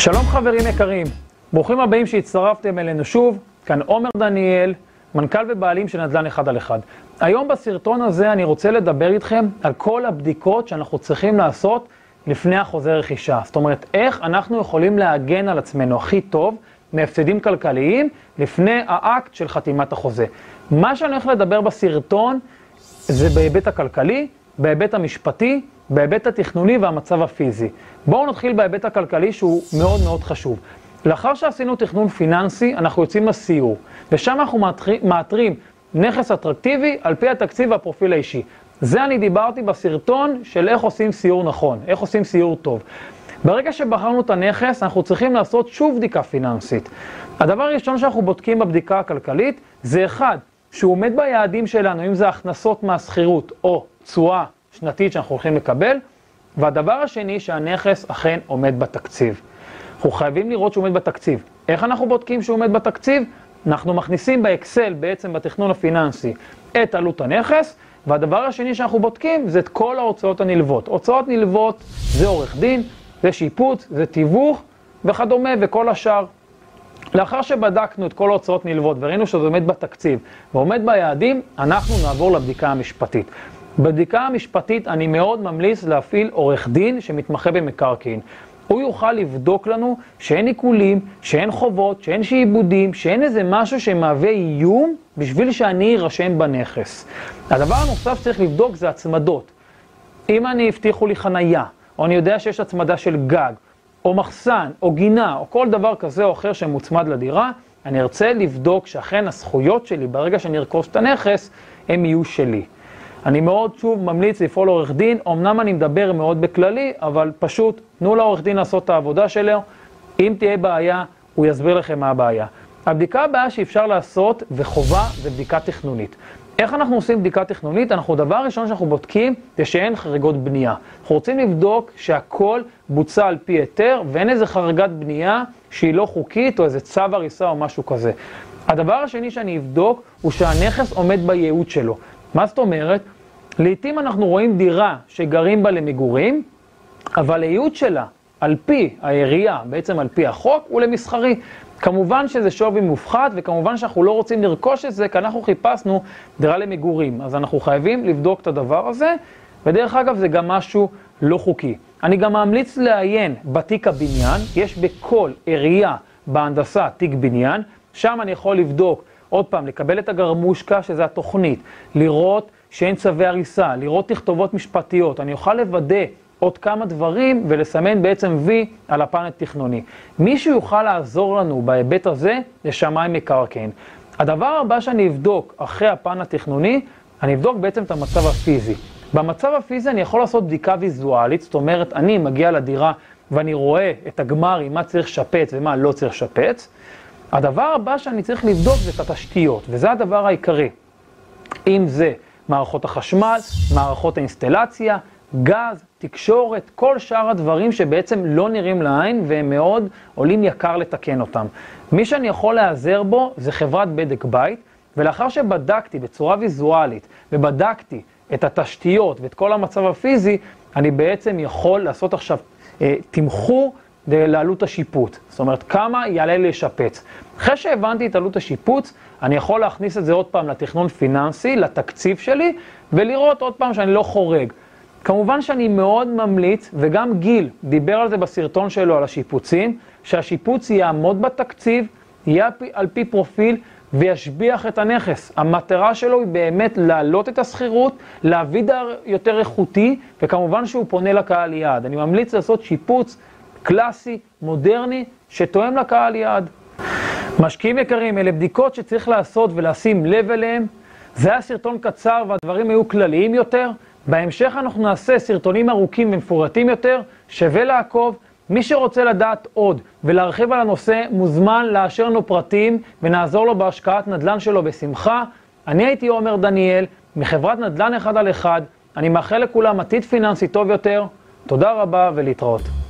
שלום חברים יקרים, ברוכים הבאים שהצטרפתם אלינו שוב, כאן עומר דניאל, מנכ"ל ובעלים של נדל"ן אחד על אחד. היום בסרטון הזה אני רוצה לדבר איתכם על כל הבדיקות שאנחנו צריכים לעשות לפני החוזה רכישה. זאת אומרת, איך אנחנו יכולים להגן על עצמנו הכי טוב מהפסדים כלכליים לפני האקט של חתימת החוזה. מה שאני הולך לדבר בסרטון זה בהיבט הכלכלי, בהיבט המשפטי, בהיבט התכנוני והמצב הפיזי. בואו נתחיל בהיבט הכלכלי שהוא מאוד מאוד חשוב. לאחר שעשינו תכנון פיננסי, אנחנו יוצאים לסיור, ושם אנחנו מאתרים נכס אטרקטיבי על פי התקציב והפרופיל האישי. זה אני דיברתי בסרטון של איך עושים סיור נכון, איך עושים סיור טוב. ברגע שבחרנו את הנכס, אנחנו צריכים לעשות שוב בדיקה פיננסית. הדבר הראשון שאנחנו בודקים בבדיקה הכלכלית, זה אחד, שהוא עומד ביעדים שלנו, אם זה הכנסות מהשכירות או תשואה שנתית שאנחנו הולכים לקבל, והדבר השני שהנכס אכן עומד בתקציב. אנחנו חייבים לראות שהוא עומד בתקציב. איך אנחנו בודקים שהוא עומד בתקציב? אנחנו מכניסים באקסל, בעצם בתכנון הפיננסי, את עלות הנכס, והדבר השני שאנחנו בודקים זה את כל ההוצאות הנלוות. הוצאות נלוות זה עורך דין, זה שיפוץ, זה תיווך וכדומה וכל השאר. לאחר שבדקנו את כל ההוצאות נלוות וראינו שזה עומד בתקציב ועומד ביעדים, אנחנו נעבור לבדיקה המשפטית. בבדיקה המשפטית אני מאוד ממליץ להפעיל עורך דין שמתמחה במקרקעין. הוא יוכל לבדוק לנו שאין עיקולים, שאין חובות, שאין שעבודים, שאין איזה משהו שמהווה איום בשביל שאני ארשם בנכס. הדבר הנוסף שצריך לבדוק זה הצמדות. אם אני הבטיחו לי חנייה, או אני יודע שיש הצמדה של גג, או מחסן, או גינה, או כל דבר כזה או אחר שמוצמד לדירה, אני ארצה לבדוק שאכן הזכויות שלי ברגע שאני ארכוש את הנכס, הם יהיו שלי. אני מאוד שוב ממליץ לפעול עורך דין, אמנם אני מדבר מאוד בכללי, אבל פשוט תנו לעורך דין לעשות את העבודה שלו, אם תהיה בעיה, הוא יסביר לכם מה הבעיה. הבדיקה הבאה שאפשר לעשות וחובה זה בדיקה תכנונית. איך אנחנו עושים בדיקה תכנונית? דבר ראשון שאנחנו בודקים זה שאין חריגות בנייה. אנחנו רוצים לבדוק שהכל בוצע על פי היתר ואין איזה חריגת בנייה שהיא לא חוקית או איזה צו הריסה או משהו כזה. הדבר השני שאני אבדוק הוא שהנכס עומד בייעוד שלו. מה זאת אומרת? לעתים אנחנו רואים דירה שגרים בה למגורים, אבל הייעוד שלה על פי העירייה, בעצם על פי החוק, הוא למסחרי. כמובן שזה שווי מופחת, וכמובן שאנחנו לא רוצים לרכוש את זה, כי אנחנו חיפשנו דירה למגורים. אז אנחנו חייבים לבדוק את הדבר הזה, ודרך אגב זה גם משהו לא חוקי. אני גם ממליץ לעיין בתיק הבניין, יש בכל עירייה בהנדסה תיק בניין, שם אני יכול לבדוק, עוד פעם, לקבל את הגרמושקה, שזה התוכנית, לראות שאין צווי הריסה, לראות תכתובות משפטיות, אני אוכל לוודא עוד כמה דברים ולסמן בעצם וי על הפן התכנוני. מישהו יוכל לעזור לנו בהיבט הזה לשמאי מקרקעין. הדבר הבא שאני אבדוק אחרי הפן התכנוני, אני אבדוק בעצם את המצב הפיזי. במצב הפיזי אני יכול לעשות בדיקה ויזואלית, זאת אומרת, אני מגיע לדירה ואני רואה את הגמרים, מה צריך לשפץ ומה לא צריך לשפץ. הדבר הבא שאני צריך לבדוק זה את התשתיות, וזה הדבר העיקרי. אם זה מערכות החשמל, מערכות האינסטלציה, גז, תקשורת, כל שאר הדברים שבעצם לא נראים לעין והם מאוד עולים יקר לתקן אותם. מי שאני יכול להיעזר בו זה חברת בדק בית, ולאחר שבדקתי בצורה ויזואלית ובדקתי את התשתיות ואת כל המצב הפיזי, אני בעצם יכול לעשות עכשיו תמחור לעלות השיפוץ. זאת אומרת, כמה יעלה לי לשפץ. אחרי שהבנתי את עלות השיפוץ, אני יכול להכניס את זה עוד פעם לתכנון פיננסי, לתקציב שלי, ולראות עוד פעם שאני לא חורג. כמובן שאני מאוד ממליץ, וגם גיל דיבר על זה בסרטון שלו על השיפוצים, שהשיפוץ יעמוד בתקציב, יהיה על פי פרופיל, וישביח את הנכס. המטרה שלו היא באמת להעלות את השכירות, להביא יותר איכותי, וכמובן שהוא פונה לקהל יעד. אני ממליץ לעשות שיפוץ קלאסי, מודרני, שתואם לקהל יעד. משקיעים יקרים, אלה בדיקות שצריך לעשות ולשים לב אליהם. זה היה סרטון קצר והדברים היו כלליים יותר. בהמשך אנחנו נעשה סרטונים ארוכים ומפורטים יותר. שווה לעקוב. מי שרוצה לדעת עוד ולהרחיב על הנושא מוזמן לאשר לנו פרטים ונעזור לו בהשקעת נדל"ן שלו בשמחה. אני הייתי עומר דניאל מחברת נדל"ן אחד על אחד. אני מאחל לכולם עתיד פיננסי טוב יותר. תודה רבה ולהתראות.